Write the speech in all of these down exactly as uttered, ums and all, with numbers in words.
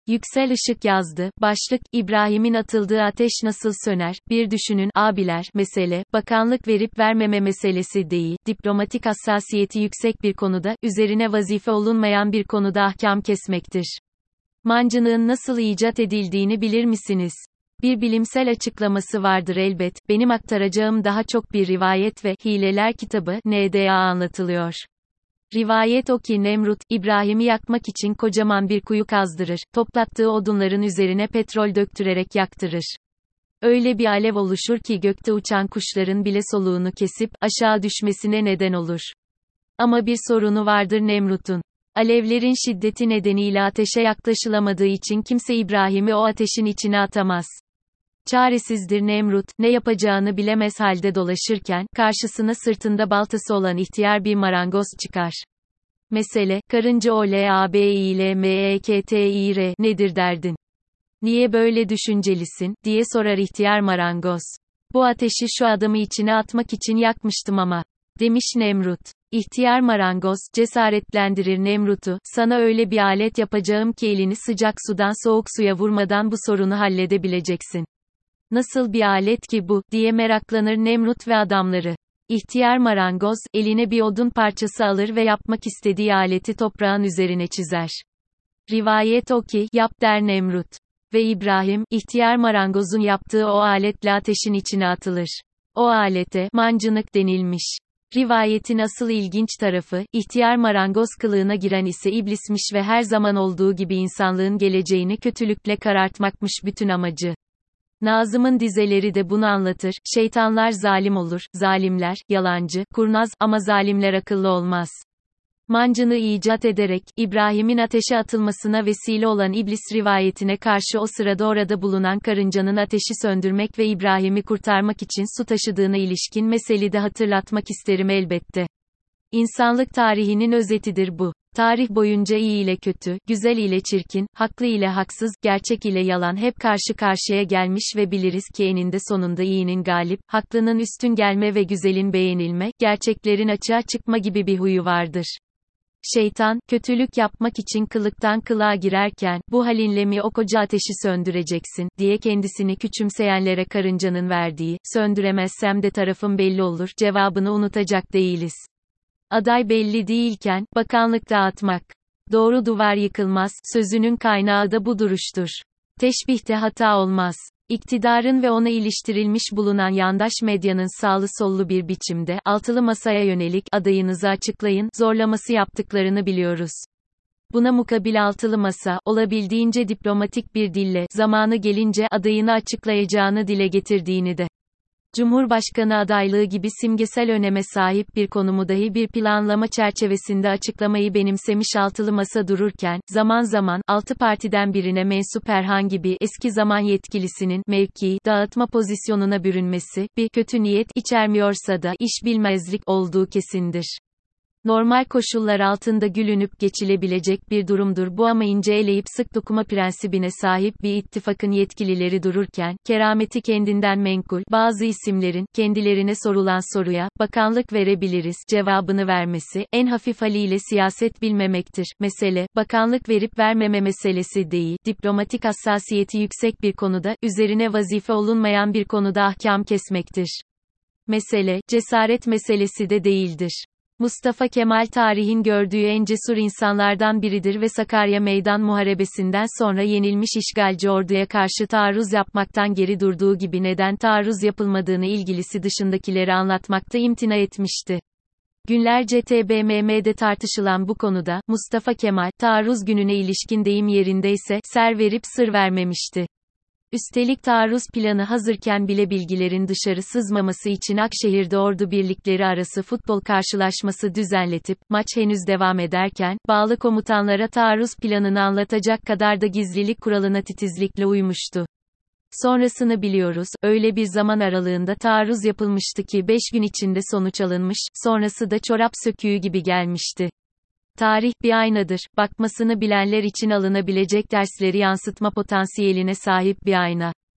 Yüksel Işık yazdı. Başlık, İbrahim'in atıldığı ateş nasıl söner? Bir düşünün, abiler, mesele, bakanlık verip vermeme meselesi değil, diplomatik hassasiyeti yüksek bir konuda, üzerine vazife olunmayan bir konuda ahkam kesmektir. Mancınığın nasıl icat edildiğini bilir misiniz? Bir bilimsel açıklaması vardır elbet, benim aktaracağım daha çok bir rivayet ve Hileler kitabı, N D A anlatılıyor. Rivayet o ki Nemrut, İbrahim'i yakmak için kocaman bir kuyu kazdırır, toplattığı odunların üzerine petrol döktürerek yaktırır. Öyle bir alev oluşur ki gökte uçan kuşların bile soluğunu kesip, aşağı düşmesine neden olur. Ama bir sorunu vardır Nemrut'un. Alevlerin şiddeti nedeniyle ateşe yaklaşılamadığı için kimse İbrahim'i o ateşin içine atamaz. Çaresizdir Nemrut, ne yapacağını bilemez halde dolaşırken, karşısına sırtında baltası olan ihtiyar bir marangoz çıkar. Mesele, karınca o l a b i l m e k t i r nedir derdin? Niye böyle düşüncelisin, diye sorar ihtiyar marangoz. Bu ateşi şu adamı içine atmak için yakmıştım ama, demiş Nemrut. İhtiyar marangoz, cesaretlendirir Nemrut'u, sana öyle bir alet yapacağım ki elini sıcak sudan soğuk suya vurmadan bu sorunu halledebileceksin. Nasıl bir alet ki bu, diye meraklanır Nemrut ve adamları. İhtiyar marangoz, eline bir odun parçası alır ve yapmak istediği aleti toprağın üzerine çizer. Rivayet o ki, yap der Nemrut. Ve İbrahim, ihtiyar marangozun yaptığı o aletle ateşin içine atılır. O alete, mancınık denilmiş. Rivayetin asıl ilginç tarafı, ihtiyar marangoz kılığına giren ise iblismiş ve her zaman olduğu gibi insanlığın geleceğini kötülükle karartmakmış bütün amacı. Nazım'ın dizeleri de bunu anlatır, şeytanlar zalim olur, zalimler, yalancı, kurnaz, ama zalimler akıllı olmaz. Mancını icat ederek, İbrahim'in ateşe atılmasına vesile olan iblis rivayetine karşı o sırada orada bulunan karıncanın ateşi söndürmek ve İbrahim'i kurtarmak için su taşıdığına ilişkin meseleyi de hatırlatmak isterim elbette. İnsanlık tarihinin özetidir bu. Tarih boyunca iyi ile kötü, güzel ile çirkin, haklı ile haksız, gerçek ile yalan hep karşı karşıya gelmiş ve biliriz ki eninde sonunda iyinin galip, haklının üstün gelme ve güzelin beğenilme, gerçeklerin açığa çıkma gibi bir huyu vardır. Şeytan, kötülük yapmak için kılıktan kılığa girerken, bu halinle mi o koca ateşi söndüreceksin, diye kendisini küçümseyenlere karıncanın verdiği, söndüremezsem de tarafım belli olur, cevabını unutacak değiliz. Aday belli değilken, bakanlık dağıtmak. Doğru duvar yıkılmaz, sözünün kaynağı da bu duruştur. Teşbihte hata olmaz. İktidarın ve ona iliştirilmiş bulunan yandaş medyanın sağlı sollu bir biçimde, altılı masaya yönelik, adayınızı açıklayın, zorlaması yaptıklarını biliyoruz. Buna mukabil altılı masa, olabildiğince diplomatik bir dille, zamanı gelince adayını açıklayacağını dile getirdiğini de. Cumhurbaşkanı adaylığı gibi simgesel öneme sahip bir konumu dahi bir planlama çerçevesinde açıklamayı benimsemiş altılı masa dururken, zaman zaman, altı partiden birine mensup herhangi bir eski zaman yetkilisinin, mevki, dağıtma pozisyonuna bürünmesi, bir kötü niyet içermiyorsa da, iş bilmezlik olduğu kesindir. Normal koşullar altında gülünüp geçilebilecek bir durumdur bu ama ince eleyip sık dokuma prensibine sahip bir ittifakın yetkilileri dururken, kerameti kendinden menkul, bazı isimlerin, kendilerine sorulan soruya, bakanlık verebiliriz, cevabını vermesi, en hafif haliyle siyaset bilmemektir. Mesele, bakanlık verip vermeme meselesi değil, diplomatik hassasiyeti yüksek bir konuda, üzerine vazife olunmayan bir konuda ahkam kesmektir. Mesele, cesaret meselesi de değildir. Mustafa Kemal tarihin gördüğü en cesur insanlardan biridir ve Sakarya Meydan Muharebesi'nden sonra yenilmiş işgalci orduya karşı taarruz yapmaktan geri durduğu gibi neden taarruz yapılmadığını ilgilisi dışındakilere anlatmakta imtina etmişti. Günlerce T B M M'de tartışılan bu konuda, Mustafa Kemal, taarruz gününe ilişkin deyim yerindeyse, ser verip sır vermemişti. Üstelik taarruz planı hazırken bile bilgilerin dışarı sızmaması için Akşehir'de ordu birlikleri arası futbol karşılaşması düzenletip, maç henüz devam ederken, bağlı komutanlara taarruz planını anlatacak kadar da gizlilik kuralına titizlikle uymuştu. Sonrasını biliyoruz, öyle bir zaman aralığında taarruz yapılmıştı ki beş gün içinde sonuç alınmış, sonrası da çorap söküğü gibi gelmişti. Tarih bir aynadır, bakmasını bilenler için alınabilecek dersleri yansıtma potansiyeline sahip bir ayna.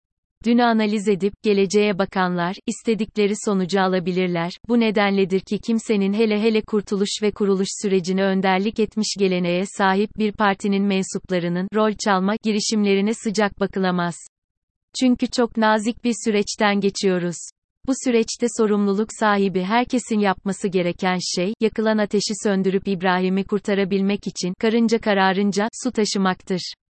Dünü analiz edip, geleceğe bakanlar, istedikleri sonucu alabilirler. Bu nedenledir ki kimsenin hele hele kurtuluş ve kuruluş sürecine önderlik etmiş geleneğe sahip bir partinin mensuplarının, rol çalma, girişimlerine sıcak bakılamaz. Çünkü çok nazik bir süreçten geçiyoruz. Bu süreçte sorumluluk sahibi herkesin yapması gereken şey, yakılan ateşi söndürüp İbrahim'i kurtarabilmek için, karınca kararınca, su taşımaktır.